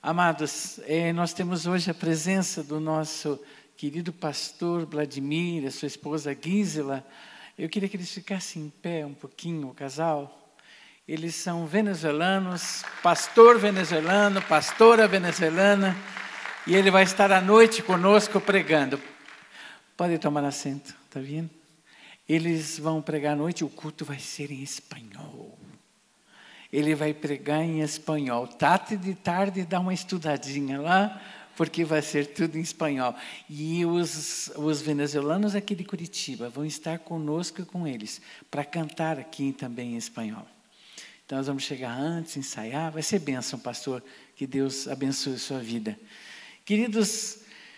Amados, nós temos hoje a presença do nosso querido pastor Vladimir, a sua esposa Gisela. Eu queria que eles ficassem em pé um pouquinho, o casal. Eles são venezuelanos, pastor venezuelano, pastora venezuelana, e ele vai estar à noite conosco pregando. Pode tomar assento, tá vendo? Eles vão pregar à noite, o culto vai ser em espanhol. Ele vai pregar em espanhol. Trate de tarde dar uma estudadinha lá, porque vai ser tudo em espanhol. E os venezuelanos aqui de Curitiba vão estar conosco e com eles, para cantar aqui também em espanhol. Então nós vamos chegar antes, ensaiar. Vai ser bênção, pastor. Que Deus abençoe a sua vida. Queridos,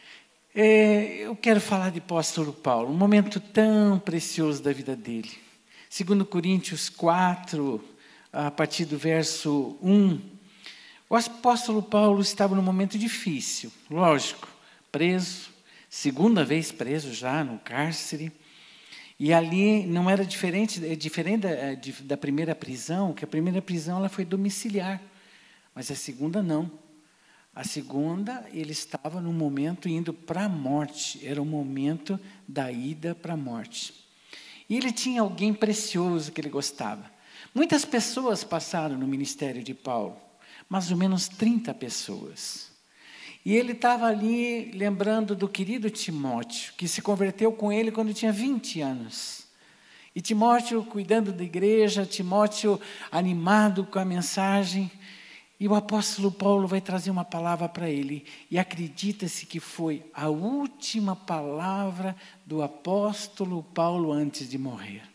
eu quero falar de apóstolo Paulo, um momento tão precioso da vida dele. 2 Coríntios 4, a partir do verso 1, o apóstolo Paulo estava num momento difícil, lógico, preso, segunda vez preso já no cárcere, e ali não era diferente da primeira prisão, que a primeira prisão ela foi domiciliar, mas a segunda não. A segunda, ele estava num momento indo para a morte, era o momento da ida para a morte. E ele tinha alguém precioso que ele gostava. Muitas pessoas passaram no ministério de Paulo, mais ou menos 30 pessoas. E ele estava ali lembrando do querido Timóteo, que se converteu com ele quando tinha 20 anos. E Timóteo cuidando da igreja, Timóteo animado com a mensagem. E o apóstolo Paulo vai trazer uma palavra para ele. E acredita-se que foi a última palavra do apóstolo Paulo antes de morrer.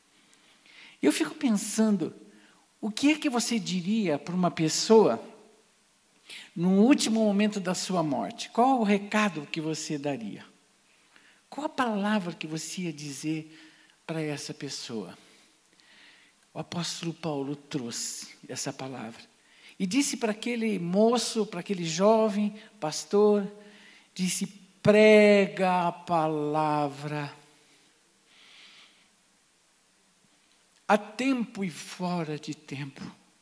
Eu fico pensando, o que é que você diria para uma pessoa no último momento da sua morte? Qual o recado que você daria? Qual a palavra que você ia dizer para essa pessoa? O apóstolo Paulo trouxe essa palavra. E disse para aquele moço, para aquele jovem pastor, disse, prega a palavra. A tempo e fora de tempo.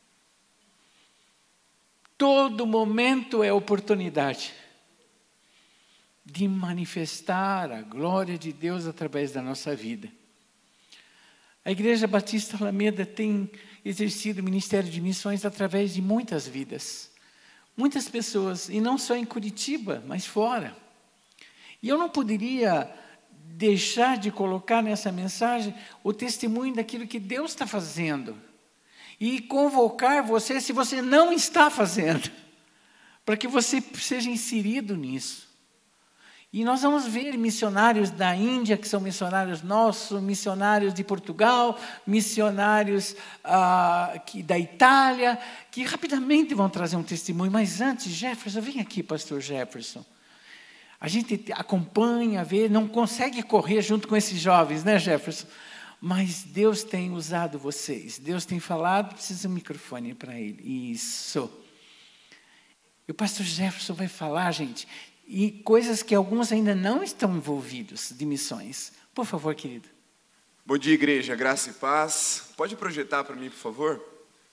Todo momento é oportunidade de manifestar a glória de Deus através da nossa vida. A Igreja Batista Alameda tem exercido o ministério de missões através de muitas vidas. Muitas pessoas, e não só em Curitiba, mas fora. E eu não poderia deixar de colocar nessa mensagem o testemunho daquilo que Deus está fazendo. E convocar você, se você não está fazendo, para que você seja inserido nisso. E nós vamos ver missionários da Índia, que são missionários nossos, missionários de Portugal, missionários da Itália, que rapidamente vão trazer um testemunho. Mas antes, Jefferson, vem aqui, pastor Jefferson. A gente acompanha, vê, não consegue correr junto com esses jovens, né, Jefferson? Mas Deus tem usado vocês. Deus tem falado, precisa um microfone para ele. Isso. E o pastor Jefferson vai falar, gente, e coisas que alguns ainda não estão envolvidos de missões. Por favor, querido. Bom dia, igreja. Graça e paz. Pode projetar para mim, por favor?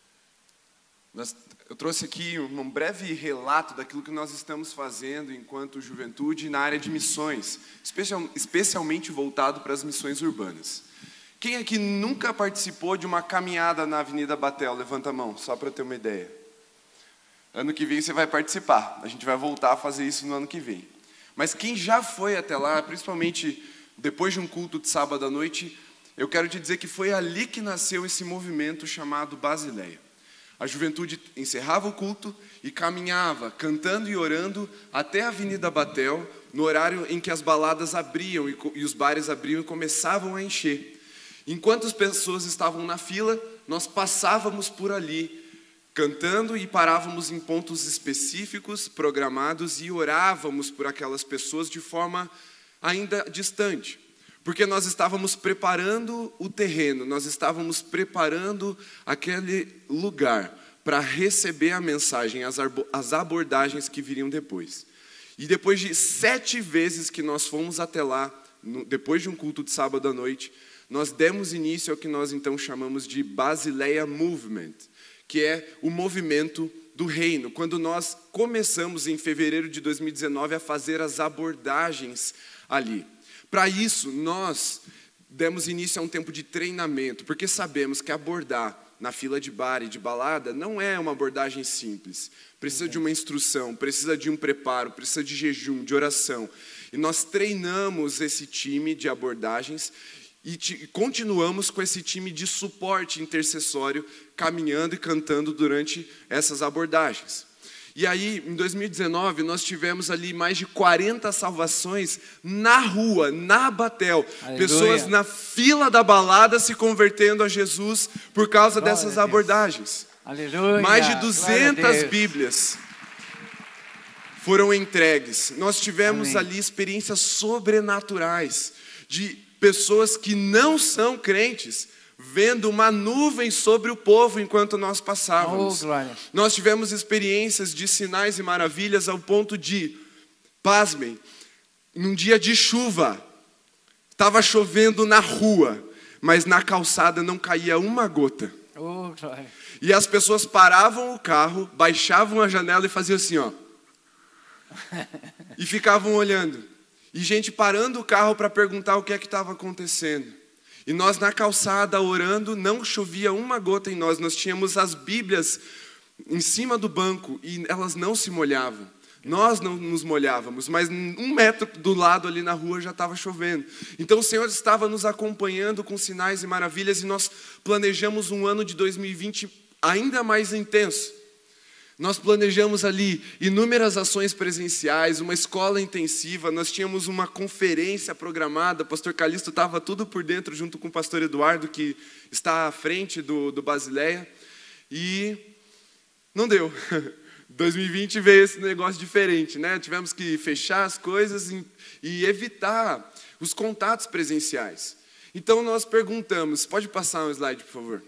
Eu trouxe aqui um breve relato daquilo que nós estamos fazendo enquanto juventude na área de missões, especialmente voltado para as missões urbanas. Quem aqui nunca participou de uma caminhada na Avenida Batel? Levanta a mão, só para ter uma ideia. Ano que vem você vai participar, a gente vai voltar a fazer isso no ano que vem. Mas quem já foi até lá, principalmente depois de um culto de sábado à noite, eu quero te dizer que foi ali que nasceu esse movimento chamado Basileia. A juventude encerrava o culto e caminhava, cantando e orando, até a Avenida Batel, no horário em que as baladas abriam e os bares abriam e começavam a encher. Enquanto as pessoas estavam na fila, nós passávamos por ali, cantando e parávamos em pontos específicos, programados, e orávamos por aquelas pessoas de forma ainda distante. Porque nós estávamos preparando o terreno, nós estávamos preparando aquele lugar para receber a mensagem, as abordagens que viriam depois. E depois de 7 vezes que nós fomos até lá, depois de um culto de sábado à noite, nós demos início ao que nós então chamamos de Basileia Movement, que é o movimento do reino, quando nós começamos em fevereiro de 2019 a fazer as abordagens ali. Para isso, nós demos início a um tempo de treinamento, porque sabemos que abordar na fila de bar e de balada não é uma abordagem simples. Precisa de uma instrução, precisa de um preparo, precisa de jejum, de oração. E nós treinamos esse time de abordagens e continuamos com esse time de suporte intercessório, caminhando e cantando durante essas abordagens. E aí, em 2019, nós tivemos ali mais de 40 salvações na rua, na Batel. Aleluia. Pessoas na fila da balada se convertendo a Jesus por causa dessas abordagens. Aleluia. Mais de 200 Bíblias foram entregues. Nós tivemos ali experiências sobrenaturais de pessoas que não são crentes, vendo uma nuvem sobre o povo enquanto nós passávamos. Nós tivemos experiências de sinais e maravilhas ao ponto de, pasmem, num dia de chuva, estava chovendo na rua, mas na calçada não caía uma gota. E as pessoas paravam o carro, baixavam a janela e faziam assim, ó. E ficavam olhando. E gente parando o carro para perguntar o que é que estava acontecendo. E nós na calçada orando, não chovia uma gota em nós. Nós tínhamos as Bíblias em cima do banco e elas não se molhavam. Nós não nos molhávamos, mas 1 metro do lado ali na rua já estava chovendo. Então o Senhor estava nos acompanhando com sinais e maravilhas e nós planejamos um ano de 2020 ainda mais intenso. Nós planejamos ali inúmeras ações presenciais, uma escola intensiva, nós tínhamos uma conferência programada, o pastor Calixto estava tudo por dentro, junto com o pastor Eduardo, que está à frente do Basileia, e não deu. 2020 veio esse negócio diferente, né? Tivemos que fechar as coisas e evitar os contatos presenciais. Então nós perguntamos, pode passar um slide, por favor?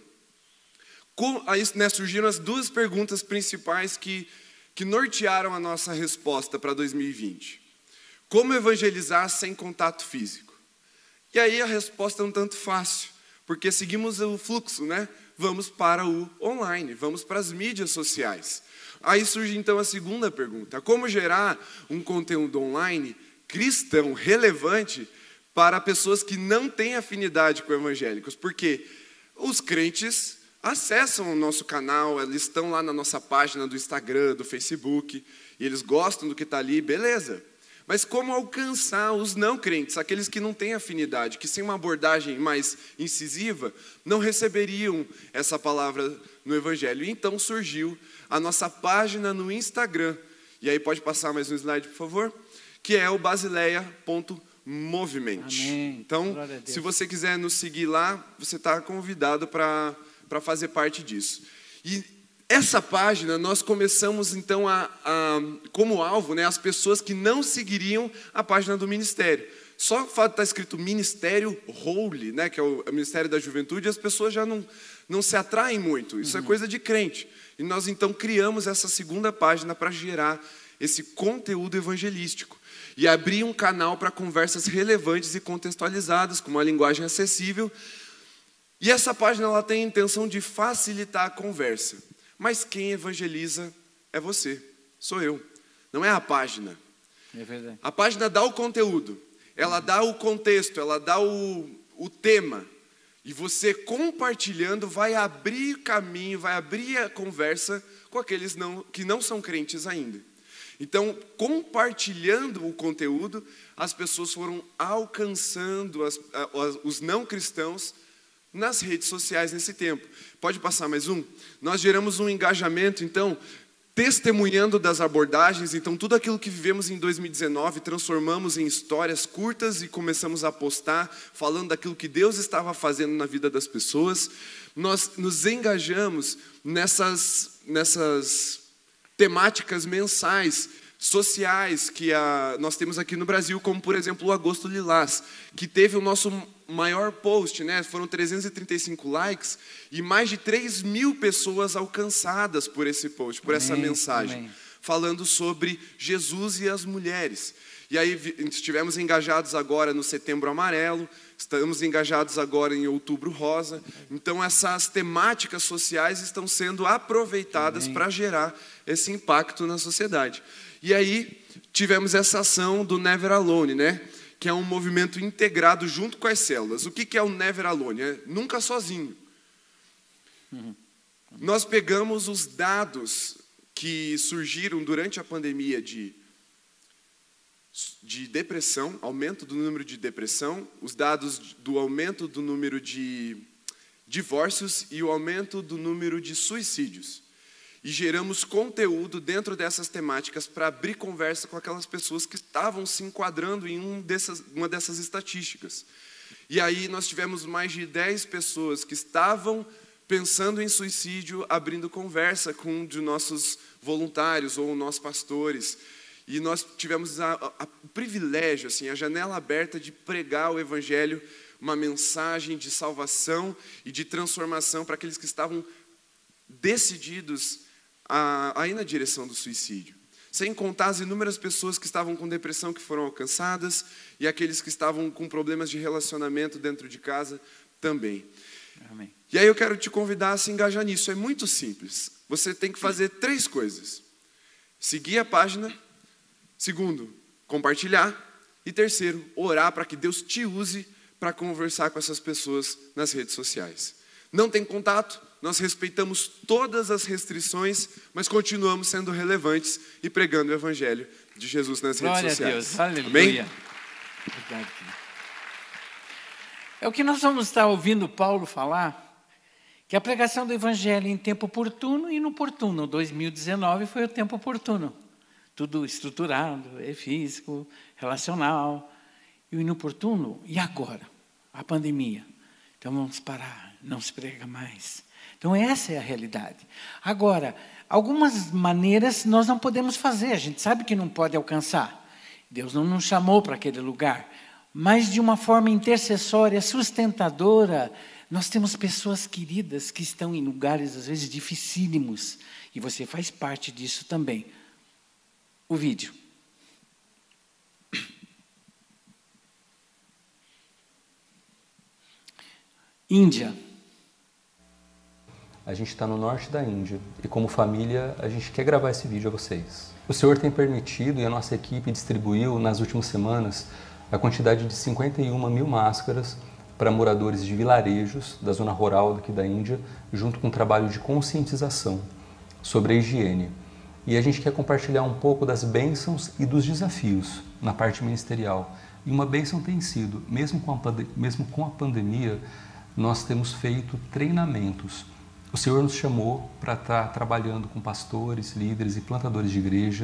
Aí, surgiram as duas perguntas principais que nortearam a nossa resposta para 2020. Como evangelizar sem contato físico? E aí a resposta é um tanto fácil, porque seguimos o fluxo, né? Vamos para o online, vamos para as mídias sociais. Aí surge então a segunda pergunta. Como gerar um conteúdo online cristão relevante para pessoas que não têm afinidade com evangélicos? Porque os crentes acessam o nosso canal, eles estão lá na nossa página do Instagram, do Facebook, e eles gostam do que está ali, beleza. Mas como alcançar os não crentes, aqueles que não têm afinidade, que sem uma abordagem mais incisiva, não receberiam essa palavra no Evangelho? E então surgiu a nossa página no Instagram, e aí pode passar mais um slide, por favor, que é o basileia.movement. Então, se você quiser nos seguir lá, você está convidado para fazer parte disso. E essa página, nós começamos então como alvo, né, as pessoas que não seguiriam a página do ministério. Só o fato de estar escrito Ministério Holy, né, que é o Ministério da Juventude, as pessoas já não se atraem muito. Isso é coisa de crente. E nós então criamos essa segunda página para gerar esse conteúdo evangelístico. E abrir um canal para conversas relevantes e contextualizadas, com uma linguagem acessível. E essa página ela tem a intenção de facilitar a conversa. Mas quem evangeliza é você, sou eu. Não é a página. É verdade. A página dá o conteúdo, ela dá o contexto, ela dá o tema. E você compartilhando vai abrir caminho, vai abrir a conversa com aqueles que não são crentes ainda. Então, compartilhando o conteúdo, as pessoas foram alcançando os não cristãos nas redes sociais nesse tempo. Pode passar mais um? Nós geramos um engajamento, então, testemunhando das abordagens. Então, tudo aquilo que vivemos em 2019, transformamos em histórias curtas e começamos a postar, falando daquilo que Deus estava fazendo na vida das pessoas. Nós nos engajamos nessas temáticas mensais, sociais, que nós temos aqui no Brasil, como, por exemplo, o Agosto Lilás, que teve o nosso maior post, né? Foram 335 likes e mais de 3.000 pessoas alcançadas por esse post, por essa mensagem. falando sobre Jesus e as mulheres. E aí estivemos engajados agora no Setembro Amarelo, estamos engajados agora em Outubro Rosa. Então essas temáticas sociais estão sendo aproveitadas para gerar esse impacto na sociedade. E aí tivemos essa ação do Never Alone, né? Que é um movimento integrado junto com as células. O que é o Never Alone? É nunca sozinho. Nós pegamos os dados que surgiram durante a pandemia de depressão, aumento do número de depressão, os dados do aumento do número de divórcios e o aumento do número de suicídios. E geramos conteúdo dentro dessas temáticas para abrir conversa com aquelas pessoas que estavam se enquadrando em uma dessas estatísticas. E aí nós tivemos mais de 10 pessoas que estavam pensando em suicídio, abrindo conversa com um de nossos voluntários ou nossos pastores. E nós tivemos o privilégio, assim, a janela aberta de pregar o Evangelho, uma mensagem de salvação e de transformação para aqueles que estavam decididos a ir na direção do suicídio. Sem contar as inúmeras pessoas que estavam com depressão que foram alcançadas e aqueles que estavam com problemas de relacionamento dentro de casa também. Amém. E aí eu quero te convidar a se engajar nisso. É muito simples. Você tem que fazer 3 coisas. Seguir a página. Segundo, compartilhar. E terceiro, orar para que Deus te use para conversar com essas pessoas nas redes sociais. Não tem contato, nós respeitamos todas as restrições, mas continuamos sendo relevantes e pregando o Evangelho de Jesus nas redes sociais. Glória a Deus, aleluia. Amém? Obrigado. É o que nós vamos estar ouvindo Paulo falar, que a pregação do Evangelho em tempo oportuno e inoportuno. 2019 foi o tempo oportuno. Tudo estruturado, físico, relacional. E o inoportuno, e agora? A pandemia. Então vamos parar, não se prega mais. Então essa é a realidade. Agora, algumas maneiras nós não podemos fazer, a gente sabe que não pode alcançar. Deus não nos chamou para aquele lugar. Mas de uma forma intercessória, sustentadora, nós temos pessoas queridas que estão em lugares às vezes dificílimos. E você faz parte disso também. O vídeo. Índia. A gente está no norte da Índia e como família a gente quer gravar esse vídeo a vocês. O Senhor tem permitido e a nossa equipe distribuiu nas últimas semanas a quantidade de 51 mil máscaras para moradores de vilarejos da zona rural daqui da Índia, junto com um trabalho de conscientização sobre a higiene. E a gente quer compartilhar um pouco das bênçãos e dos desafios na parte ministerial. E uma bênção tem sido, mesmo com a pandemia, nós temos feito treinamentos. O Senhor nos chamou para estar trabalhando com pastores, líderes e plantadores de igreja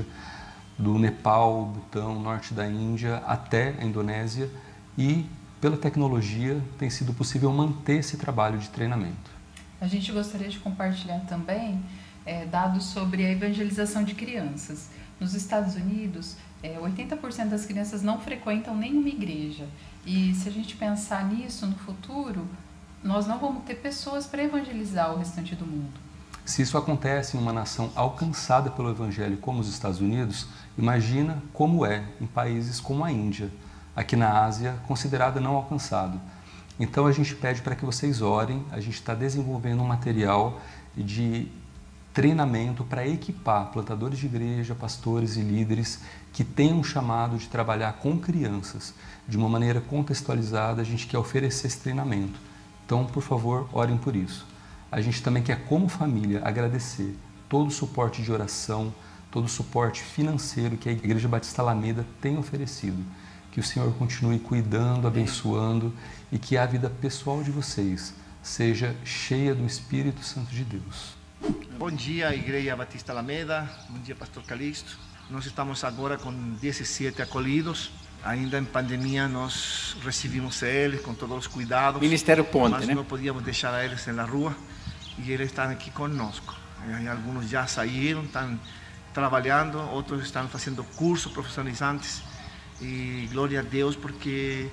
do Nepal, Butão, norte da Índia, até a Indonésia, e pela tecnologia tem sido possível manter esse trabalho de treinamento. A gente gostaria de compartilhar também dados sobre a evangelização de crianças. Nos Estados Unidos, 80% das crianças não frequentam nenhuma igreja. E se a gente pensar nisso no futuro, nós não vamos ter pessoas para evangelizar o restante do mundo. Se isso acontece em uma nação alcançada pelo Evangelho como os Estados Unidos, imagina como é em países como a Índia, aqui na Ásia, considerada não alcançado. Então a gente pede para que vocês orem, a gente está desenvolvendo um material de treinamento para equipar plantadores de igreja, pastores e líderes que têm um chamado de trabalhar com crianças. De uma maneira contextualizada, a gente quer oferecer esse treinamento. Então, por favor, orem por isso. A gente também quer, como família, agradecer todo o suporte de oração, todo o suporte financeiro que a Igreja Batista Alameda tem oferecido. Que o Senhor continue cuidando, abençoando e que a vida pessoal de vocês seja cheia do Espírito Santo de Deus. Bom dia, Igreja Batista Alameda. Bom dia, Pastor Calixto. Nós estamos agora com 17 acolhidos. Ainda em pandemia nós recebimos eles com todos os cuidados. Ministério Ponte, mas né? não podíamos deixar eles na rua e eles estão aqui conosco. Alguns já saíram, estão trabalhando, outros estão fazendo cursos profissionalizantes. E glória a Deus porque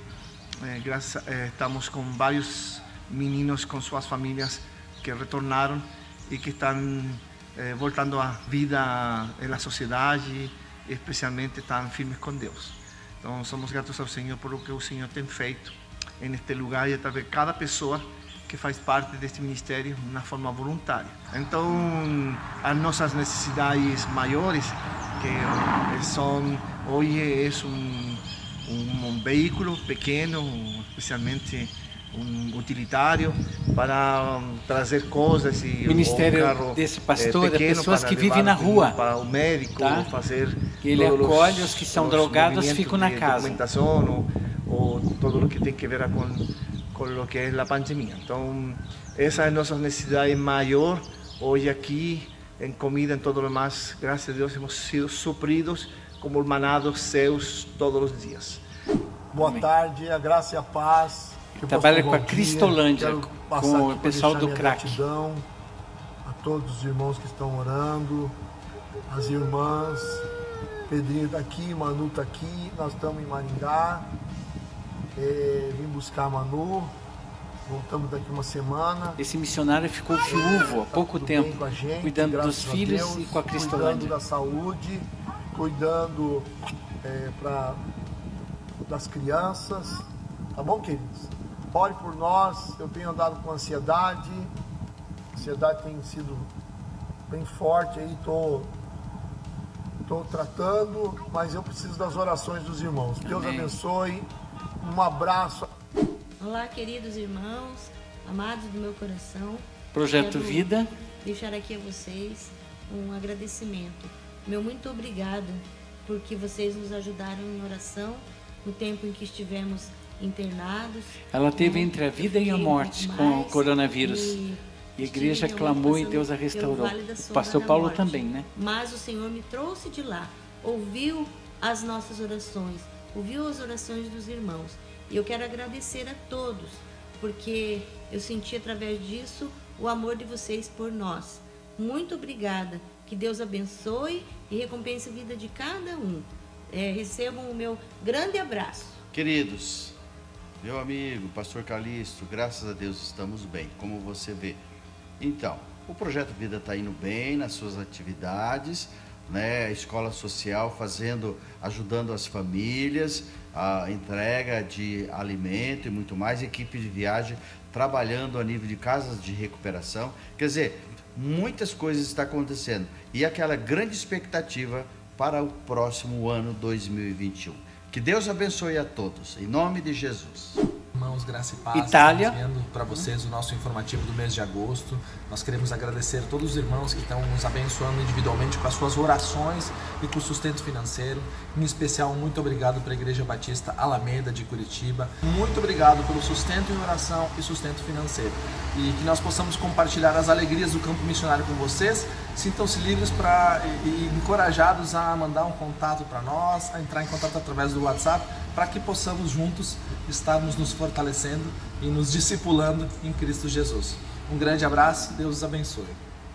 estamos com vários meninos com suas famílias que retornaram e que estão voltando à vida na sociedade, especialmente estão firmes com Deus. Então, somos gratos ao Senhor por o que o Senhor tem feito neste lugar e através de cada pessoa que faz parte deste ministério de uma forma voluntária. Então, as nossas necessidades maiores, que são, hoje é um veículo pequeno, especialmente utilitário, para trazer coisas e o ministério um carro desse pastor é pequeno pessoas para que vivem na rua, para o médico, tá? fazer Ele acolhe os que são drogados, ficam na casa. Documentação ou tudo o que tem que ver com o que é a pandemia. Então, essa é a nossa necessidade maior hoje aqui, em comida, em todo o demais. Graças a Deus, hemos sido supridos como manados seus todos os dias. Boa tarde, a graça e a paz. Trabalha com a Cristolândia, com o pessoal do CRAC. Gratidão a todos os irmãos que estão orando, as irmãs. Pedrinho está aqui, Manu está aqui, nós estamos em Maringá. Vim buscar a Manu, voltamos daqui uma semana. Esse missionário ficou viúvo há pouco tempo, com a gente, cuidando dos filhos Deus, e com a Cristolândia. Cuidando da saúde, cuidando das crianças. Tá bom, queridos? Ore por nós. Eu tenho andado com ansiedade. A ansiedade tem sido bem forte aí, estou tratando, mas eu preciso das orações dos irmãos. Deus abençoe. Um abraço. Olá, queridos irmãos, amados do meu coração. Projeto Quero Vida. deixar aqui a vocês um agradecimento. Meu muito obrigada, porque vocês nos ajudaram em oração no tempo em que estivemos internados. Ela teve entre a vida e a morte com o coronavírus. E a igreja clamou e Deus a restaurou. O pastor Paulo também, né? Mas o Senhor me trouxe de lá, ouviu as nossas orações, ouviu as orações dos irmãos. E eu quero agradecer a todos, porque eu senti através disso o amor de vocês por nós. Muito obrigada. Que Deus abençoe e recompense a vida de cada um. Recebam o meu grande abraço. Queridos, meu amigo, pastor Calixto, graças a Deus estamos bem, como você vê. Então, o Projeto Vida está indo bem nas suas atividades, né? A escola social ajudando as famílias, a entrega de alimento e muito mais, equipe de viagem trabalhando a nível de casas de recuperação. Quer dizer, muitas coisas estão acontecendo e aquela grande expectativa para o próximo ano 2021. Que Deus abençoe a todos, em nome de Jesus. Irmãos, graça e paz. Itália. Estamos vendo para vocês o nosso informativo do mês de agosto. Nós queremos agradecer a todos os irmãos que estão nos abençoando individualmente com as suas orações e com o sustento financeiro. Em especial, muito obrigado para a Igreja Batista Alameda de Curitiba. Muito obrigado pelo sustento em oração e sustento financeiro. E que nós possamos compartilhar as alegrias do campo missionário com vocês. Sintam-se livres e encorajados a mandar um contato para nós, a entrar em contato através do WhatsApp, para que possamos juntos estarmos nos fortalecendo e nos discipulando em Cristo Jesus. Um grande abraço, Deus os abençoe.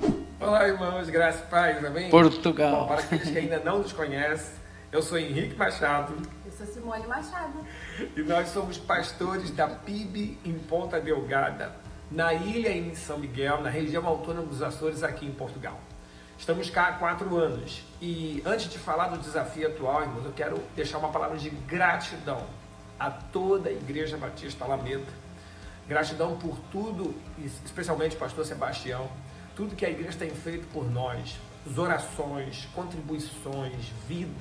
Olá, irmãos, graça e paz, amém? Portugal. Bom, para aqueles que ainda não nos conhecem, eu sou Henrique Machado. Eu sou Simone Machado. E nós somos pastores da PIB em Ponta Delgada, na ilha em São Miguel, na região autônoma dos Açores, aqui em Portugal. Estamos cá há 4 anos e antes de falar do desafio atual, irmãos, eu quero deixar uma palavra de gratidão a toda a Igreja Batista Alameda. Gratidão por tudo, especialmente o pastor Sebastião, tudo que a igreja tem feito por nós, as orações, contribuições,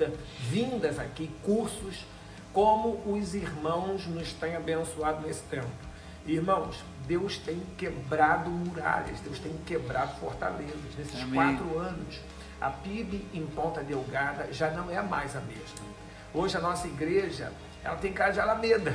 vindas aqui, cursos, como os irmãos nos têm abençoado nesse tempo. Irmãos, Deus tem quebrado muralhas, Deus tem quebrado fortalezas. Nesses 4 anos, a PIB em Ponta Delgada já não é mais a mesma. Hoje a nossa igreja, ela tem cara de Alameda.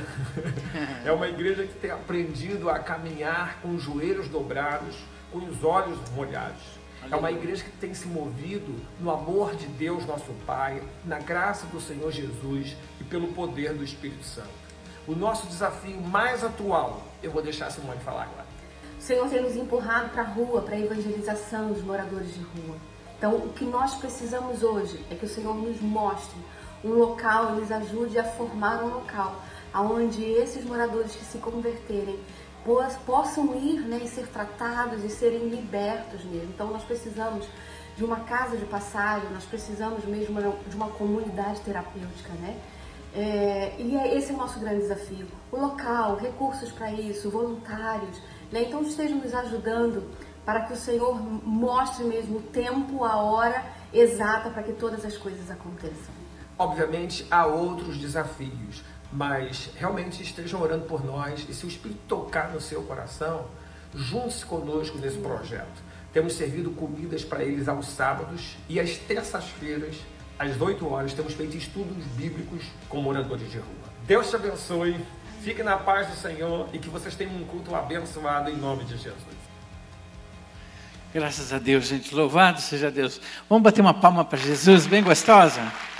É uma igreja que tem aprendido a caminhar com os joelhos dobrados, com os olhos molhados. É uma igreja que tem se movido no amor de Deus, nosso Pai, na graça do Senhor Jesus e pelo poder do Espírito Santo. O nosso desafio mais atual, eu vou deixar a Simone falar agora. O Senhor tem nos empurrado para a rua, para a evangelização dos moradores de rua. Então, o que nós precisamos hoje é que o Senhor nos mostre um local e nos ajude a formar um local onde esses moradores que se converterem possam ir, né, e ser tratados e serem libertos mesmo. Então, nós precisamos de uma casa de passagem, nós precisamos mesmo de uma comunidade terapêutica, né? Esse é o nosso grande desafio. O local, recursos para isso, voluntários, né? Então estejam nos ajudando para que o Senhor mostre mesmo o tempo, a hora exata para que todas as coisas aconteçam. Obviamente há outros desafios, mas realmente estejam orando por nós, e se o Espírito tocar no seu coração, junte-se conosco nesse projeto. Temos servido comidas para eles aos sábados e às terças-feiras, às 8 horas, temos feito estudos bíblicos com moradores de rua. Deus te abençoe, fique na paz do Senhor e que vocês tenham um culto abençoado em nome de Jesus. Graças a Deus, gente. Louvado seja Deus. Vamos bater uma palma para Jesus, bem gostosa?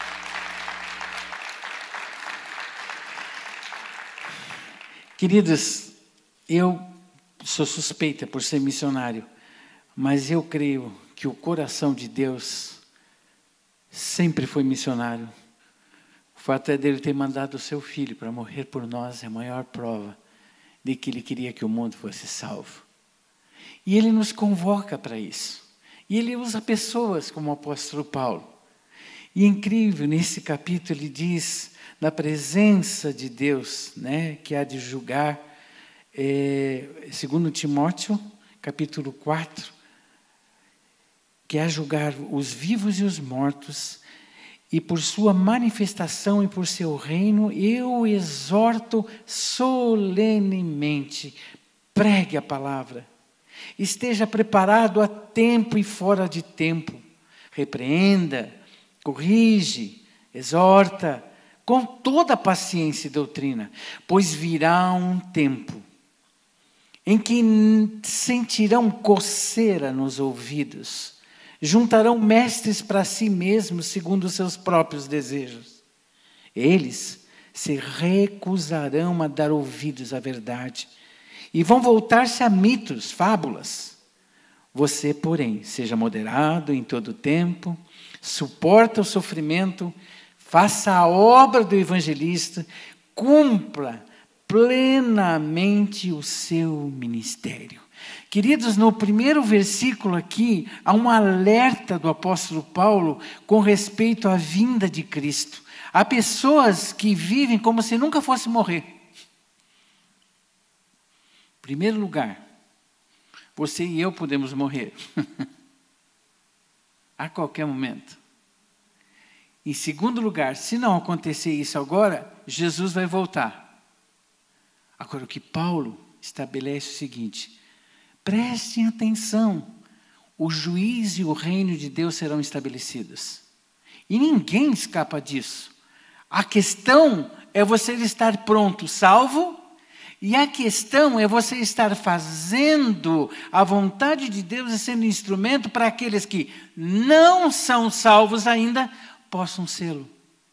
Queridos, eu sou suspeita por ser missionário, mas eu creio que o coração de Deus sempre foi missionário. O fato é dele ter mandado o seu filho para morrer por nós é a maior prova de que ele queria que o mundo fosse salvo. E ele nos convoca para isso. E ele usa pessoas como o apóstolo Paulo. E é incrível, nesse capítulo ele diz, na presença de Deus, né, que há de julgar, 2 Timóteo, capítulo 4, que há de julgar os vivos e os mortos, e por sua manifestação e por seu reino, eu exorto solenemente, pregue a palavra, esteja preparado a tempo e fora de tempo, repreenda, corrige, exorta, com toda paciência e doutrina, pois virá um tempo em que sentirão coceira nos ouvidos, juntarão mestres para si mesmos, segundo os seus próprios desejos. Eles se recusarão a dar ouvidos à verdade, e vão voltar-se a mitos, fábulas. Você, porém, seja moderado em todo o tempo, suporta o sofrimento, faça a obra do evangelista, cumpra plenamente o seu ministério. Queridos, no primeiro versículo aqui, há um alerta do apóstolo Paulo com respeito à vinda de Cristo. Há pessoas que vivem como se nunca fosse morrer. Em primeiro lugar, você e eu podemos morrer. A qualquer momento. Em segundo lugar, se não acontecer isso agora, Jesus vai voltar. Agora, o que Paulo estabelece é o seguinte: prestem atenção, o juízo e o reino de Deus serão estabelecidos. E ninguém escapa disso. A questão é você estar pronto, salvo, e a questão é você estar fazendo a vontade de Deus e sendo instrumento para aqueles que não são salvos ainda, possam sê-lo.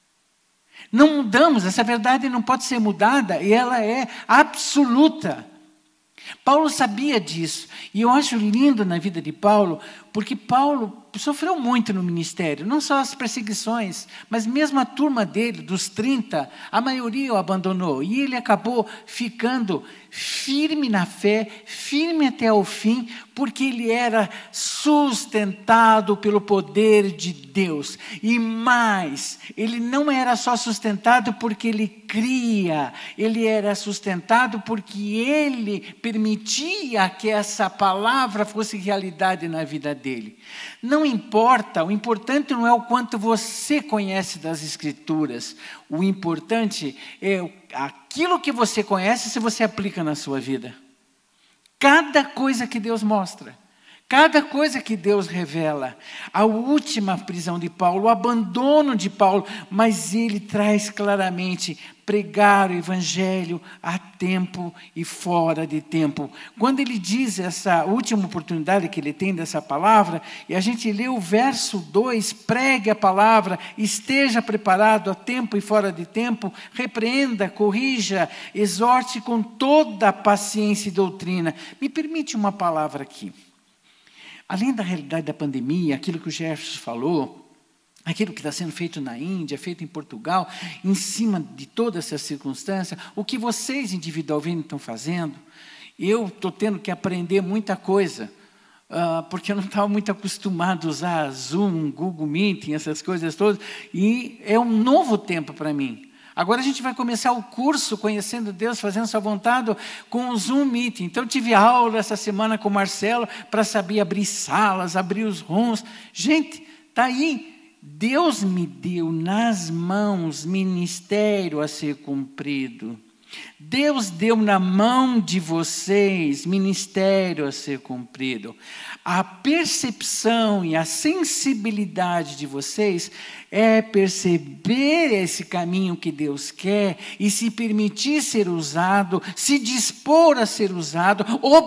Não mudamos, essa verdade não pode ser mudada, e ela é absoluta. Paulo sabia disso, e eu acho lindo na vida de Paulo, porque Paulo sofreu muito no ministério, não só as perseguições, mas mesmo a turma dele, dos 30, a maioria o abandonou, e ele acabou ficando firme na fé, firme até o fim, porque ele era sustentado pelo poder de Deus. E mais, ele não era só sustentado porque ele cria, ele era sustentado porque ele permitia que essa palavra fosse realidade na vida dele. Não importa, o importante não é o quanto você conhece das Escrituras, o importante é aquilo que você conhece, se você aplica na sua vida. Cada coisa que Deus mostra, cada coisa que Deus revela, a última prisão de Paulo, o abandono de Paulo, mas ele traz claramente pregar o evangelho a tempo e fora de tempo. Quando ele diz essa última oportunidade que ele tem dessa palavra, e a gente lê o verso 2, pregue a palavra, esteja preparado a tempo e fora de tempo, repreenda, corrija, exorte com toda a paciência e doutrina. Me permite uma palavra aqui. Além da realidade da pandemia, aquilo que o Jefferson falou, aquilo que está sendo feito na Índia, feito em Portugal, em cima de toda essa circunstância, o que vocês individualmente estão fazendo, eu estou tendo que aprender muita coisa. porque eu não estava muito acostumado a usar Zoom, Google Meeting, essas coisas todas, e é um novo tempo para mim. Agora a gente vai começar o curso Conhecendo Deus, Fazendo Sua Vontade, com o Zoom Meeting. Então eu tive aula essa semana com o Marcelo para saber abrir salas, abrir os rooms. Gente, está aí. Deus me deu nas mãos ministério a ser cumprido. Deus deu na mão de vocês ministério a ser cumprido. A percepção e a sensibilidade de vocês é perceber esse caminho que Deus quer e se permitir ser usado, se dispor a ser usado,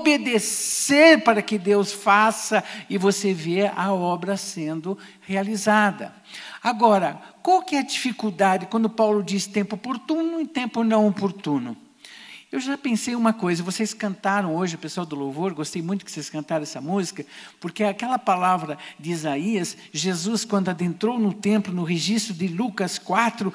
obedecer para que Deus faça e você vê a obra sendo realizada. Agora, qual que é a dificuldade quando Paulo diz tempo oportuno e tempo não oportuno? Eu já pensei uma coisa, vocês cantaram hoje, o pessoal do louvor, gostei muito que vocês cantaram essa música, porque aquela palavra de Isaías, Jesus quando adentrou no templo, no registro de Lucas 4,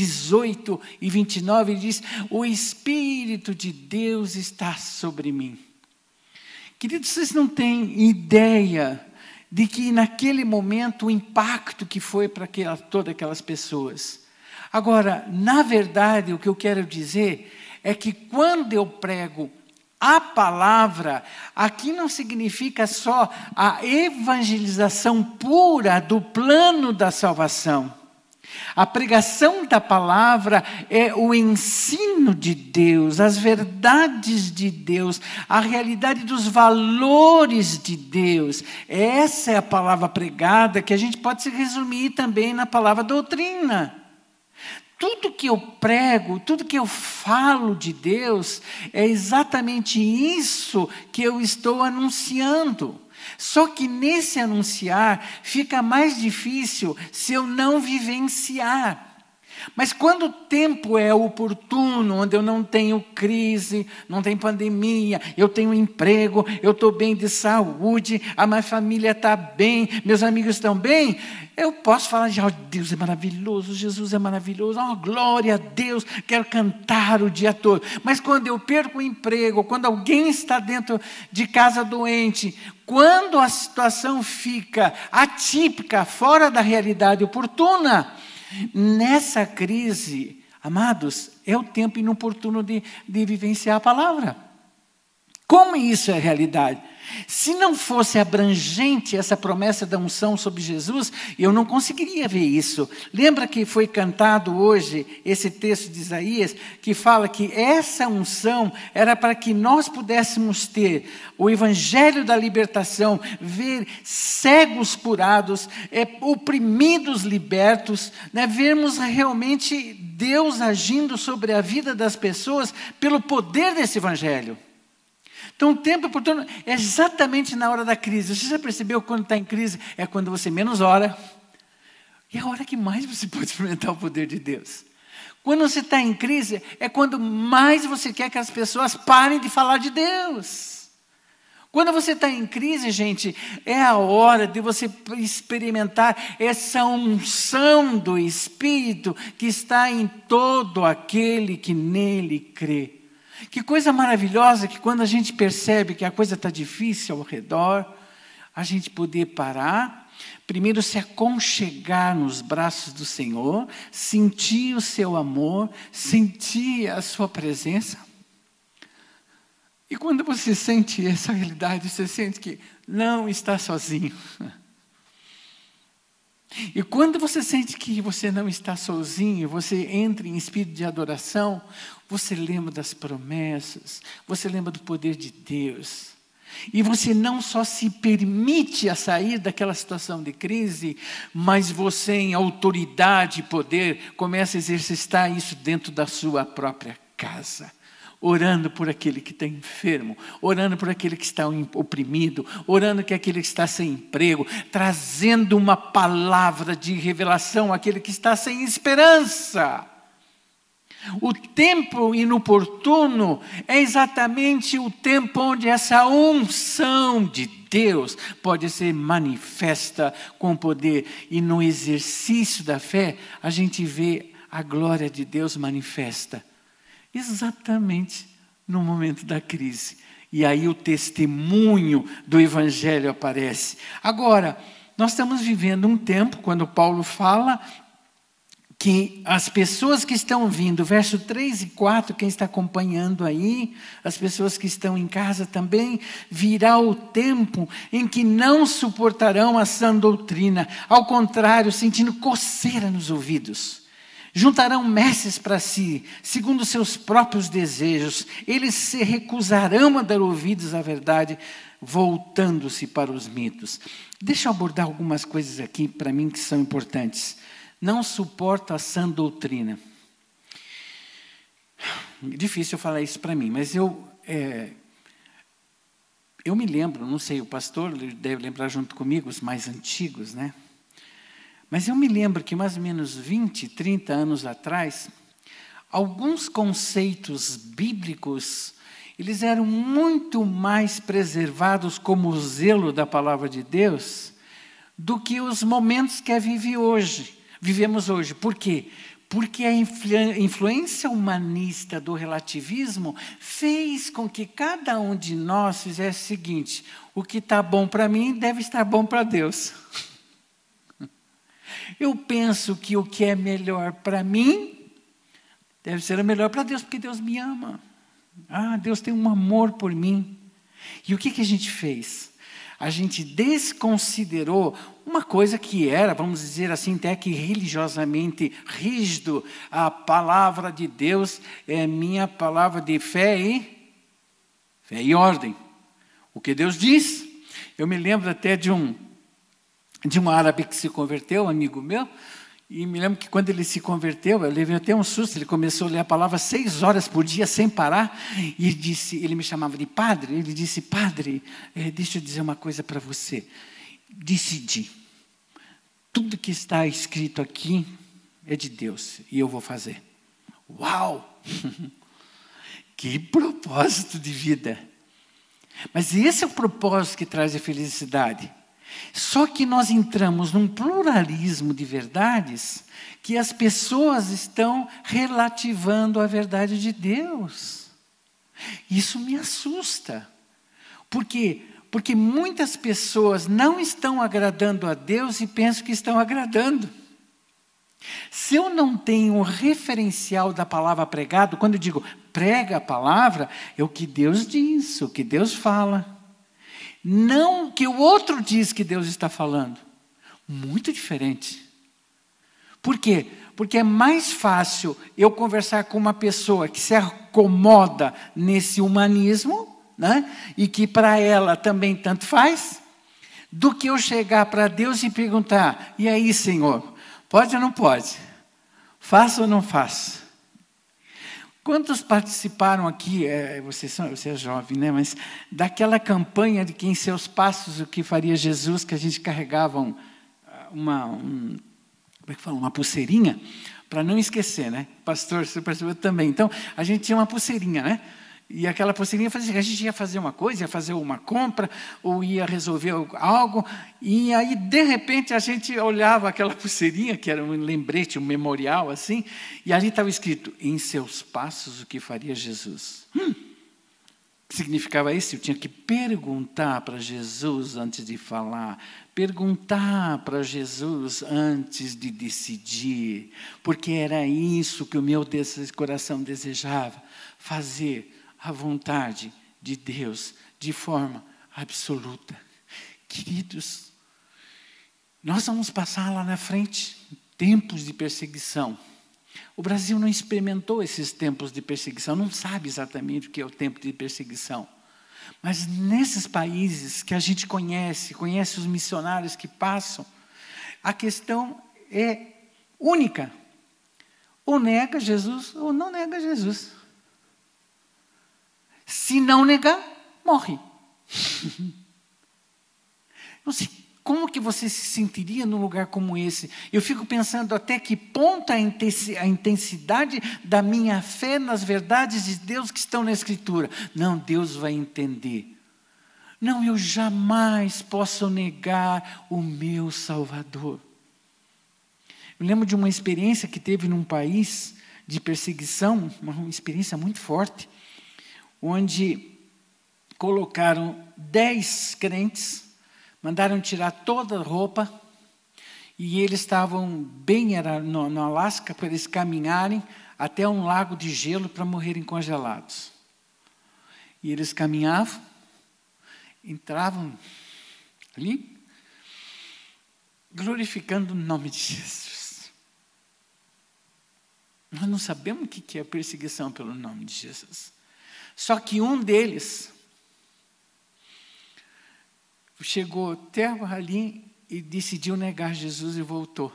18 e 29, ele diz, o Espírito de Deus está sobre mim. Queridos, vocês não têm ideia de que naquele momento o impacto que foi para todas aquelas pessoas. Agora, na verdade, o que eu quero dizer é que quando eu prego a palavra, aqui não significa só a evangelização pura do plano da salvação. A pregação da palavra é o ensino de Deus, as verdades de Deus, a realidade dos valores de Deus. Essa é a palavra pregada, que a gente pode se resumir também na palavra doutrina. Tudo que eu prego, tudo que eu falo de Deus, é exatamente isso que eu estou anunciando. Só que nesse anunciar, fica mais difícil se eu não vivenciar. Mas quando o tempo é oportuno, onde eu não tenho crise, não tem pandemia, eu tenho emprego, eu estou bem de saúde, a minha família está bem, meus amigos estão bem, eu posso falar de, oh, Deus é maravilhoso, Jesus é maravilhoso, oh, glória a Deus, quero cantar o dia todo. Mas quando eu perco o emprego, quando alguém está dentro de casa doente, quando a situação fica atípica, fora da realidade oportuna, nessa crise, amados, é o tempo inoportuno de vivenciar a palavra. Como isso é realidade? Se não fosse abrangente essa promessa da unção sobre Jesus, eu não conseguiria ver isso. Lembra que foi cantado hoje esse texto de Isaías, que fala que essa unção era para que nós pudéssemos ter o evangelho da libertação, ver cegos curados, oprimidos libertos, né? Vermos realmente Deus agindo sobre a vida das pessoas pelo poder desse evangelho. Então o tempo oportuno é exatamente na hora da crise. Você já percebeu que quando está em crise é quando você menos ora? E é a hora que mais você pode experimentar o poder de Deus. Quando você está em crise é quando mais você quer que as pessoas parem de falar de Deus. Quando você está em crise, gente, é a hora de você experimentar essa unção do Espírito que está em todo aquele que nele crê. Que coisa maravilhosa que quando a gente percebe que a coisa está difícil ao redor, a gente poder parar, primeiro se aconchegar nos braços do Senhor, sentir o seu amor, sentir a sua presença. E quando você sente essa realidade, você sente que não está sozinho. E quando você sente que você não está sozinho, você entra em espírito de adoração, você lembra das promessas, você lembra do poder de Deus. E você não só se permite a sair daquela situação de crise, mas você em autoridade e poder começa a exercitar isso dentro da sua própria casa. Orando por aquele que está enfermo, orando por aquele que está oprimido, orando por aquele que está sem emprego, trazendo uma palavra de revelação àquele que está sem esperança. O tempo inoportuno é exatamente o tempo onde essa unção de Deus pode ser manifesta com poder. E no exercício da fé, a gente vê a glória de Deus manifesta. Exatamente no momento da crise. E aí o testemunho do Evangelho aparece. Agora, nós estamos vivendo um tempo, quando Paulo fala que as pessoas que estão vindo, verso 3 e 4, quem está acompanhando aí, as pessoas que estão em casa também, virá o tempo em que não suportarão a sã doutrina, ao contrário, sentindo coceira nos ouvidos. Juntarão mestres para si, segundo seus próprios desejos, eles se recusarão a dar ouvidos à verdade, voltando-se para os mitos. Deixa eu abordar algumas coisas aqui para mim que são importantes. Não suporta a sã doutrina. Difícil falar isso para mim, mas eu me lembro, não sei, o pastor deve lembrar junto comigo, os mais antigos, né? Mas eu me lembro que mais ou menos 20, 30 anos atrás, alguns conceitos bíblicos, eles eram muito mais preservados como o zelo da palavra de Deus, do que os momentos que vivemos hoje. Por quê? Porque a influência humanista do relativismo fez com que cada um de nós fizesse o seguinte: o que está bom para mim deve estar bom para Deus. Eu penso que o que é melhor para mim deve ser o melhor para Deus, porque Deus me ama. Deus tem um amor por mim. E o que a gente fez? A gente desconsiderou uma coisa que era, vamos dizer assim, até que religiosamente rígido. A palavra de Deus é minha palavra de fé e ordem. O que Deus diz. Eu me lembro até de um árabe que se converteu, um amigo meu, e me lembro que quando ele se converteu, eu levei até um susto, ele começou a ler a palavra 6 horas por dia, sem parar, e ele me chamava de padre, ele disse: padre, deixa eu dizer uma coisa para você, decidi, tudo que está escrito aqui é de Deus, e eu vou fazer. Uau! Que propósito de vida! Mas esse é o propósito que traz a felicidade. Só que nós entramos num pluralismo de verdades que as pessoas estão relativando a verdade de Deus. Isso me assusta. Por quê? Porque muitas pessoas não estão agradando a Deus e pensam que estão agradando. Se eu não tenho um referencial da palavra pregado, quando eu digo prega a palavra, é o que Deus diz, o que Deus fala. Não o que o outro diz que Deus está falando. Muito diferente. Por quê? Porque é mais fácil eu conversar com uma pessoa que se acomoda nesse humanismo, né? E que para ela também tanto faz, do que eu chegar para Deus e perguntar: e aí, Senhor, pode ou não pode? Faço ou não faço? Quantos participaram aqui, você é jovem, né? Mas daquela campanha de que em seus passos o que faria Jesus, que a gente carregava uma pulseirinha, para não esquecer, né? Pastor, você participou também. Então, a gente tinha uma pulseirinha, né? E aquela pulseirinha fazia assim, a gente ia fazer uma coisa, ia fazer uma compra, ou ia resolver algo, e aí, de repente, a gente olhava aquela pulseirinha, que era um lembrete, um memorial, assim, e ali estava escrito: em seus passos o que faria Jesus. O que significava isso? Eu tinha que perguntar para Jesus antes de falar, perguntar para Jesus antes de decidir, porque era isso que o meu coração desejava, fazer a vontade de Deus de forma absoluta. Queridos, nós vamos passar lá na frente tempos de perseguição. O Brasil não experimentou esses tempos de perseguição, não sabe exatamente o que é o tempo de perseguição. Mas nesses países que a gente conhece os missionários que passam, a questão é única. Ou nega Jesus, ou não nega Jesus. Se não negar, morre. Não sei, como que você se sentiria num lugar como esse? Eu fico pensando até que ponto a intensidade da minha fé nas verdades de Deus que estão na Escritura. Não, Deus vai entender. Não, eu jamais posso negar o meu Salvador. Eu lembro de uma experiência que teve num país de perseguição, uma experiência muito forte, onde colocaram 10 crentes, mandaram tirar toda a roupa, e eles estavam bem, era no Alasca, para eles caminharem até um lago de gelo para morrerem congelados. E eles caminhavam, entravam ali, glorificando o nome de Jesus. Nós não sabemos o que é perseguição pelo nome de Jesus. Só que um deles chegou até ali e decidiu negar Jesus e voltou.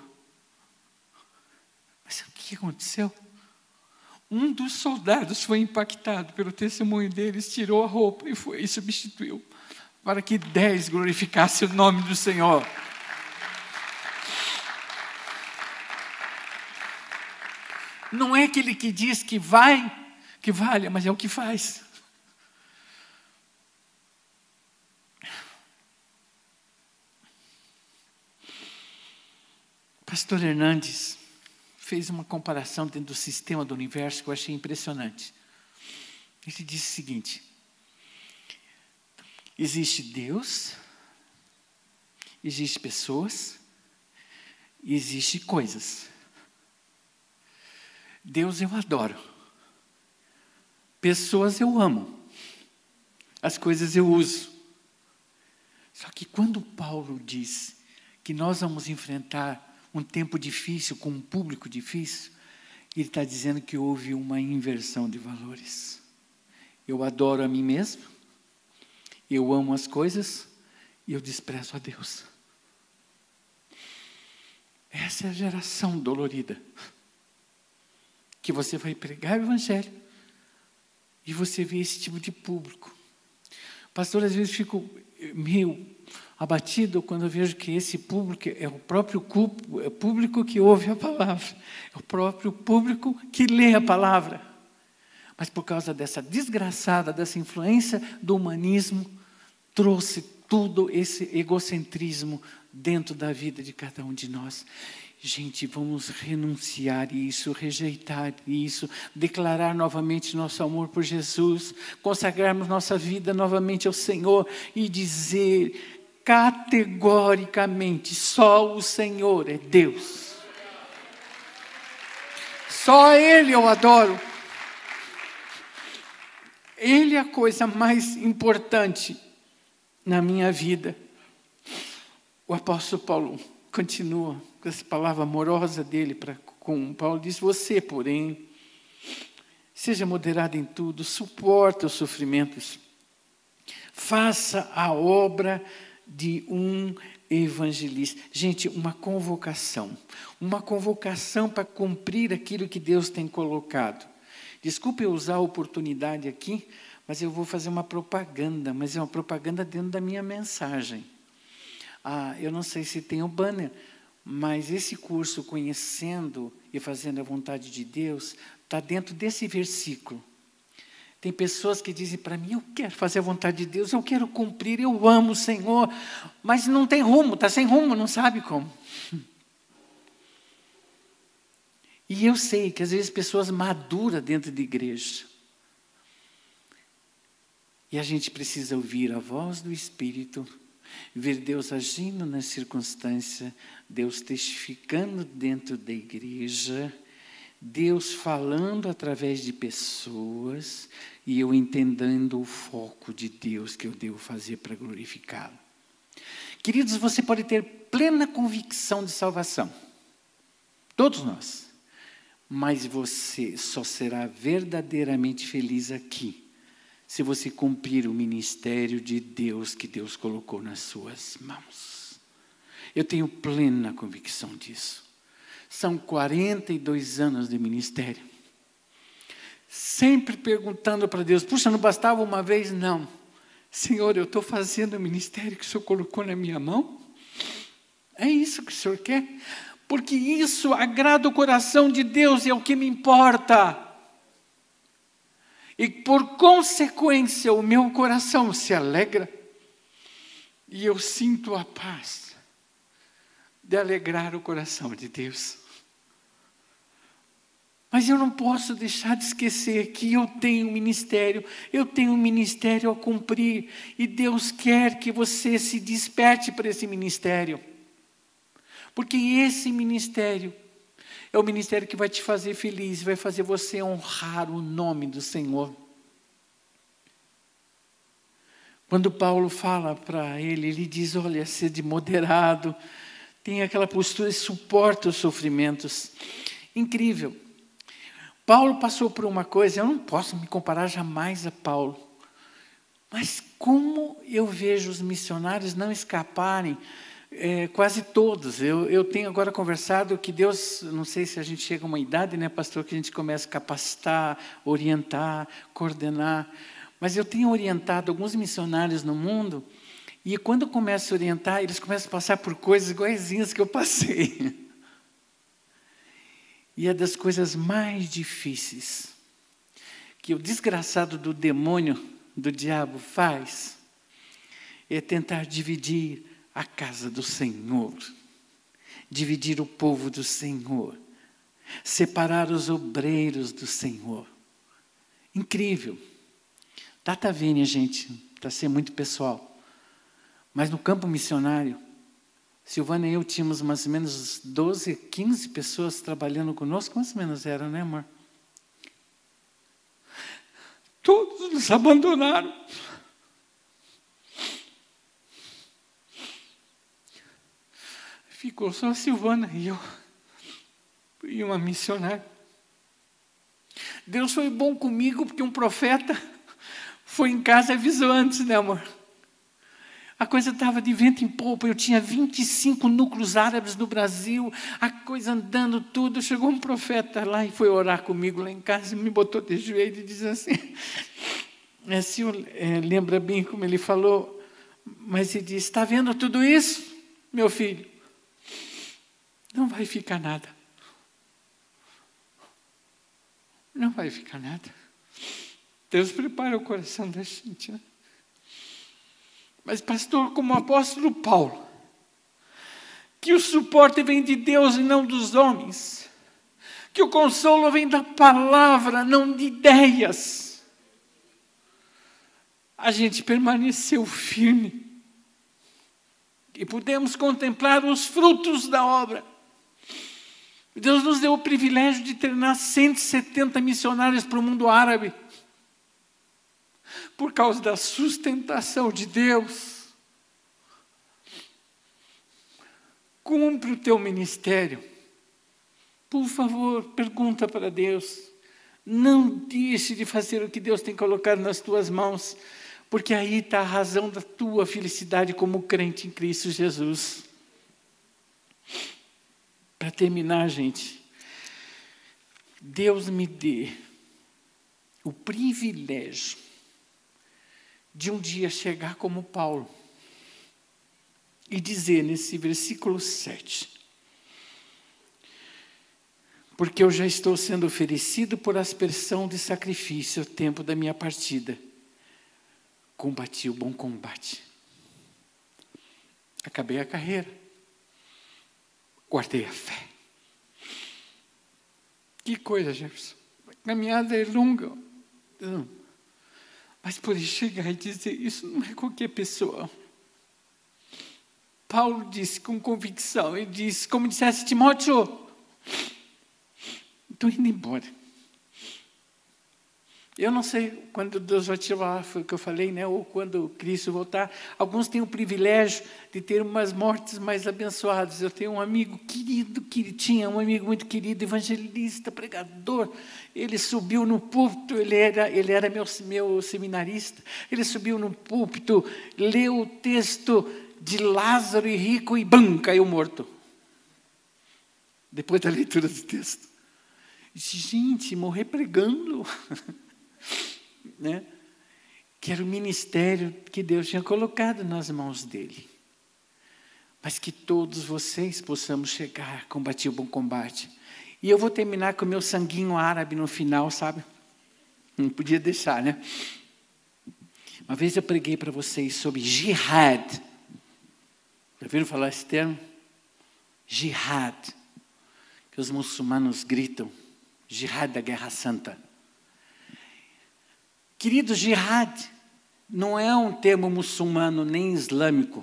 Mas o que aconteceu? Um dos soldados foi impactado pelo testemunho deles, tirou a roupa e substituiu, para que 10 glorificassem o nome do Senhor. Não é aquele que diz que vai, que vale, mas é o que faz. Pastor Hernandes fez uma comparação dentro do sistema do universo que eu achei impressionante. Ele disse o seguinte: existe Deus, existe pessoas, e existe coisas. Deus eu adoro, pessoas eu amo, as coisas eu uso. Só que quando Paulo diz que nós vamos enfrentar um tempo difícil, com um público difícil, ele está dizendo que houve uma inversão de valores. Eu adoro a mim mesmo, eu amo as coisas, e eu desprezo a Deus. Essa é a geração dolorida, que você vai pregar o Evangelho, e você vê esse tipo de público. Pastor, às vezes fico meio abatido quando eu vejo que esse público é o próprio público que ouve a palavra, é o próprio público que lê a palavra. Mas por causa dessa influência do humanismo, trouxe todo esse egocentrismo dentro da vida de cada um de nós. Gente, vamos renunciar isso, rejeitar isso, declarar novamente nosso amor por Jesus, consagrarmos nossa vida novamente ao Senhor e dizer categoricamente: só o Senhor é Deus. Só Ele eu adoro. Ele é a coisa mais importante na minha vida. O apóstolo Paulo continua com essa palavra amorosa dele com Paulo, diz: você, porém, seja moderado em tudo, suporta os sofrimentos, faça a obra de um evangelista. Gente, uma convocação para cumprir aquilo que Deus tem colocado. Desculpe eu usar a oportunidade aqui, mas eu vou fazer uma propaganda, mas é uma propaganda dentro da minha mensagem. Eu não sei se tem o banner, mas esse curso, Conhecendo e Fazendo a Vontade de Deus, está dentro desse versículo. Tem pessoas que dizem para mim: eu quero fazer a vontade de Deus, eu quero cumprir, eu amo o Senhor, mas não tem rumo, está sem rumo, não sabe como. E eu sei que às vezes pessoas maduras dentro de igreja. E a gente precisa ouvir a voz do Espírito, ver Deus agindo na circunstância, Deus testificando dentro da igreja, Deus falando através de pessoas, e eu entendendo o foco de Deus que eu devo fazer para glorificá-lo. Queridos, você pode ter plena convicção de salvação, todos nós, mas você só será verdadeiramente feliz aqui, se você cumprir o ministério de Deus que Deus colocou nas suas mãos. Eu tenho plena convicção disso. São 42 anos de ministério. Sempre perguntando para Deus: puxa, não bastava uma vez? Não. Senhor, eu estou fazendo o ministério que o Senhor colocou na minha mão? É isso que o Senhor quer? Porque isso agrada o coração de Deus e é o que me importa. E por consequência, o meu coração se alegra e eu sinto a paz de alegrar o coração de Deus. Mas eu não posso deixar de esquecer que eu tenho um ministério a cumprir, e Deus quer que você se desperte para esse ministério, porque esse ministério é o ministério que vai te fazer feliz, vai fazer você honrar o nome do Senhor. Quando Paulo fala para ele diz, olha, sede moderado, tem aquela postura e suporta os sofrimentos. Incrível. Paulo passou por uma coisa, eu não posso me comparar jamais a Paulo, mas como eu vejo os missionários não escaparem, quase todos. Eu tenho agora conversado que Deus, não sei se a gente chega a uma idade, né, pastor, que a gente começa a capacitar, orientar, coordenar, mas eu tenho orientado alguns missionários no mundo, e quando eu começo a orientar, eles começam a passar por coisas iguaizinhas que eu passei. E é das coisas mais difíceis que o desgraçado do demônio, do diabo, faz, é tentar dividir a casa do Senhor, dividir o povo do Senhor, separar os obreiros do Senhor. Incrível. Data vênia, gente, para ser muito pessoal. Mas no campo missionário, Silvana e eu tínhamos mais ou menos 12, 15 pessoas trabalhando conosco, mais ou menos eram, né, amor? Todos nos abandonaram. Ficou só a Silvana e eu, e uma missionária. Deus foi bom comigo, porque um profeta foi em casa e avisou antes, né, amor? A coisa estava de vento em popa, eu tinha 25 núcleos árabes no Brasil, a coisa andando tudo. Chegou um profeta lá e foi orar comigo lá em casa, me botou de joelho e disse assim, lembra bem como ele falou, mas ele disse, está vendo tudo isso, meu filho? Não vai ficar nada. Não vai ficar nada. Deus prepara o coração da gente, né? Mas, pastor, como o apóstolo Paulo, que o suporte vem de Deus e não dos homens, que o consolo vem da palavra, não de ideias, a gente permaneceu firme e pudemos contemplar os frutos da obra. Deus nos deu o privilégio de treinar 170 missionários para o mundo árabe, por causa da sustentação de Deus. Cumpre o teu ministério. Por favor, pergunta para Deus. Não deixe de fazer o que Deus tem colocado nas tuas mãos, porque aí está a razão da tua felicidade como crente em Cristo Jesus. Para terminar, gente, Deus me dê o privilégio de um dia chegar como Paulo e dizer nesse versículo 7, porque eu já estou sendo oferecido por aspersão de sacrifício ao tempo da minha partida, combati o bom combate, acabei a carreira, guardei a fé. Que coisa, Jefferson, a caminhada é longa, mas poder chegar e dizer isso não é qualquer pessoa. Paulo disse com convicção, ele disse, como dissesse Timóteo, estou indo embora. Eu não sei quando Deus vai te levar, foi o que eu falei, né? Ou quando Cristo voltar. Alguns têm o privilégio de ter umas mortes mais abençoadas. Eu tenho um amigo querido, tinha um amigo muito querido, evangelista, pregador. Ele subiu no púlpito, ele era meu seminarista. Ele subiu no púlpito, leu o texto de Lázaro e rico e bam, caiu morto. Depois da leitura do texto. Gente, morrer pregando. Né? Que era o ministério que Deus tinha colocado nas mãos dele. Mas que todos vocês possamos chegar, combater o bom combate. E eu vou terminar com o meu sanguinho árabe no final, sabe? Não podia deixar, né? Uma vez eu preguei para vocês sobre jihad. Já viram falar esse termo? Jihad. Que os muçulmanos gritam. Jihad da Guerra Santa. Querido, jihad não é um termo muçulmano nem islâmico.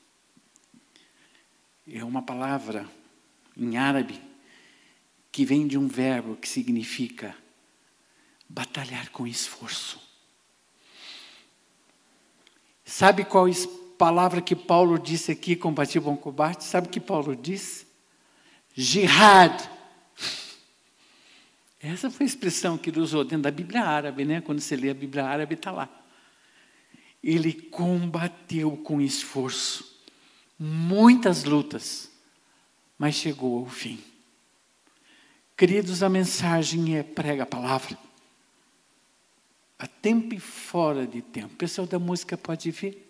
É uma palavra em árabe que vem de um verbo que significa batalhar com esforço. Sabe qual palavra que Paulo disse aqui, combati o bom combate? Sabe o que Paulo disse? Jihad. Essa foi a expressão que ele usou dentro da Bíblia árabe, né? Quando você lê a Bíblia árabe, está lá. Ele combateu com esforço, muitas lutas, mas chegou ao fim. Queridos, a mensagem é prega a palavra. A tempo e fora de tempo. O pessoal da música pode ver.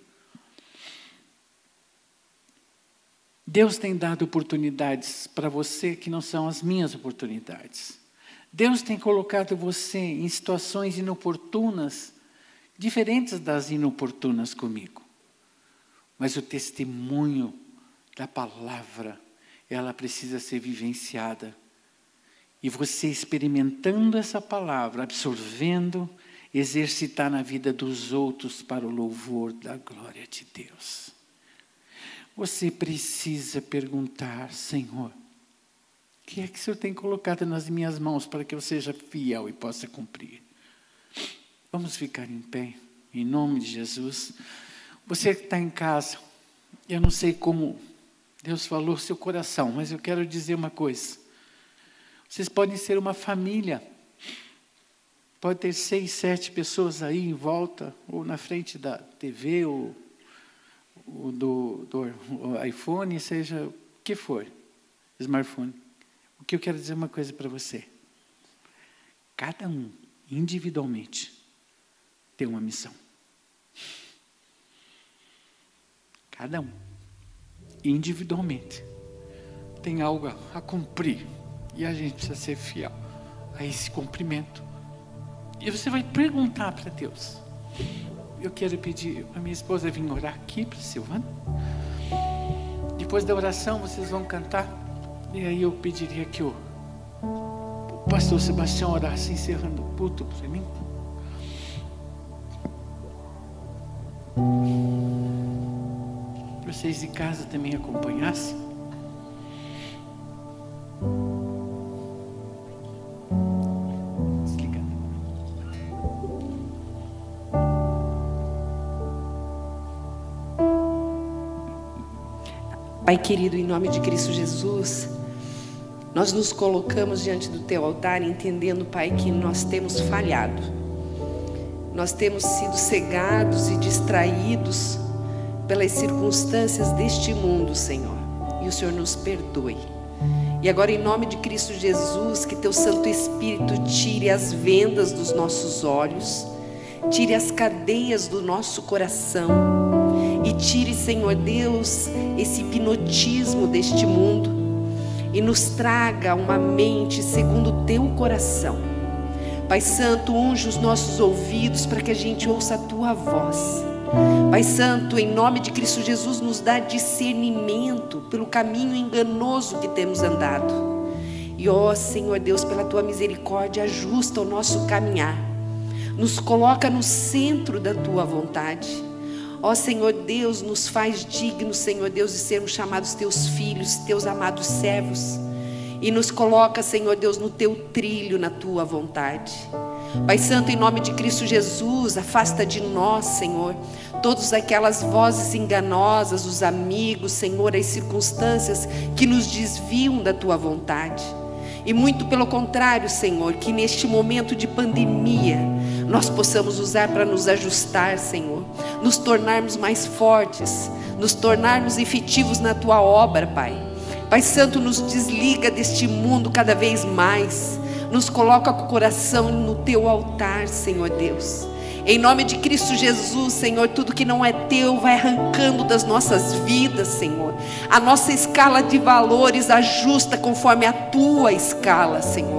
Deus tem dado oportunidades para você que não são as minhas oportunidades. Deus tem colocado você em situações inoportunas, diferentes das inoportunas comigo. Mas o testemunho da palavra, ela precisa ser vivenciada. E você experimentando essa palavra, absorvendo, exercitar na vida dos outros para o louvor da glória de Deus. Você precisa perguntar, Senhor, o que é que o Senhor tem colocado nas minhas mãos para que eu seja fiel e possa cumprir? Vamos ficar em pé, em nome de Jesus. Você que está em casa, eu não sei como Deus falou seu coração, mas eu quero dizer uma coisa. Vocês podem ser uma família. Pode ter 6, 7 pessoas aí em volta, ou na frente da TV, ou do iPhone, seja o que for, smartphone. O que eu quero dizer uma coisa para você. Cada um, individualmente, tem uma missão. Cada um, individualmente, tem algo a cumprir. E a gente precisa ser fiel a esse cumprimento. E você vai perguntar para Deus. Eu quero pedir a minha esposa vir orar aqui para Silvana. Depois da oração, vocês vão cantar. E aí eu pediria que o pastor Sebastião orasse, encerrando o culto para mim. Vocês de casa também acompanhassem. Pai querido, em nome de Cristo Jesus, nós nos colocamos diante do Teu altar, entendendo, Pai, que nós temos falhado. Nós temos sido cegados e distraídos pelas circunstâncias deste mundo, Senhor. E o Senhor nos perdoe. E agora, em nome de Cristo Jesus, que Teu Santo Espírito tire as vendas dos nossos olhos, tire as cadeias do nosso coração, e tire, Senhor Deus, esse hipnotismo deste mundo e nos traga uma mente segundo o Teu coração. Pai Santo, unge os nossos ouvidos para que a gente ouça a Tua voz. Pai Santo, em nome de Cristo Jesus, nos dá discernimento pelo caminho enganoso que temos andado. E ó Senhor Deus, pela Tua misericórdia, ajusta o nosso caminhar. Nos coloca no centro da Tua vontade. Ó Senhor Deus, nos faz dignos, Senhor Deus, de sermos chamados Teus filhos, Teus amados servos. E nos coloca, Senhor Deus, no Teu trilho, na Tua vontade. Pai Santo, em nome de Cristo Jesus, afasta de nós, Senhor, todas aquelas vozes enganosas, os amigos, Senhor, as circunstâncias que nos desviam da Tua vontade. E muito pelo contrário, Senhor, que neste momento de pandemia, nós possamos usar para nos ajustar, Senhor, nos tornarmos mais fortes, nos tornarmos efetivos na Tua obra, Pai. Pai Santo, nos desliga deste mundo cada vez mais, nos coloca com o coração no Teu altar, Senhor Deus. Em nome de Cristo Jesus, Senhor, tudo que não é Teu vai arrancando das nossas vidas, Senhor. A nossa escala de valores ajusta conforme a Tua escala, Senhor.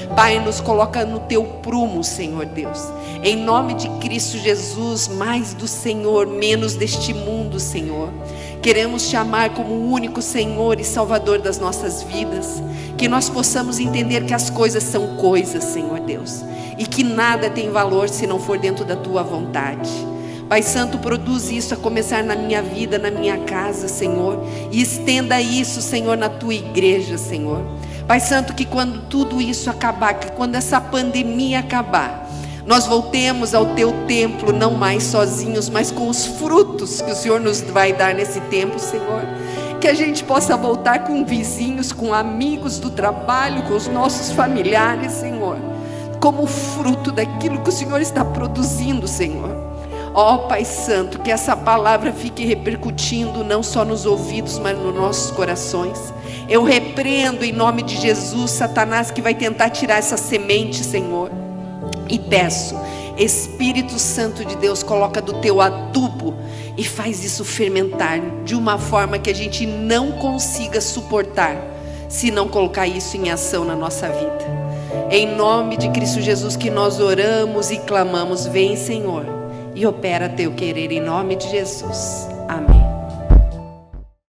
Pai, nos coloca no teu prumo, Senhor Deus. Em nome de Cristo Jesus, mais do Senhor, menos deste mundo, Senhor. Queremos te amar como o único Senhor e Salvador das nossas vidas. Que nós possamos entender que as coisas são coisas, Senhor Deus, e que nada tem valor se não for dentro da tua vontade. Pai Santo, produz isso a começar na minha vida, na minha casa, Senhor, e estenda isso, Senhor, na tua igreja, Senhor. Pai Santo, que quando tudo isso acabar, que quando essa pandemia acabar, nós voltemos ao teu templo, não mais sozinhos, mas com os frutos que o Senhor nos vai dar nesse tempo, Senhor. Que a gente possa voltar com vizinhos, com amigos do trabalho, com os nossos familiares, Senhor, como fruto daquilo que o Senhor está produzindo, Senhor. Ó Pai Santo, que essa palavra fique repercutindo não só nos ouvidos, mas nos nossos corações. Eu repreendo em nome de Jesus Satanás que vai tentar tirar essa semente, Senhor. E peço, Espírito Santo de Deus, coloca do teu adubo e faz isso fermentar de uma forma que a gente não consiga suportar, se não colocar isso em ação na nossa vida. Em nome de Cristo Jesus que nós oramos e clamamos, vem Senhor, e opera teu querer em nome de Jesus. Amém.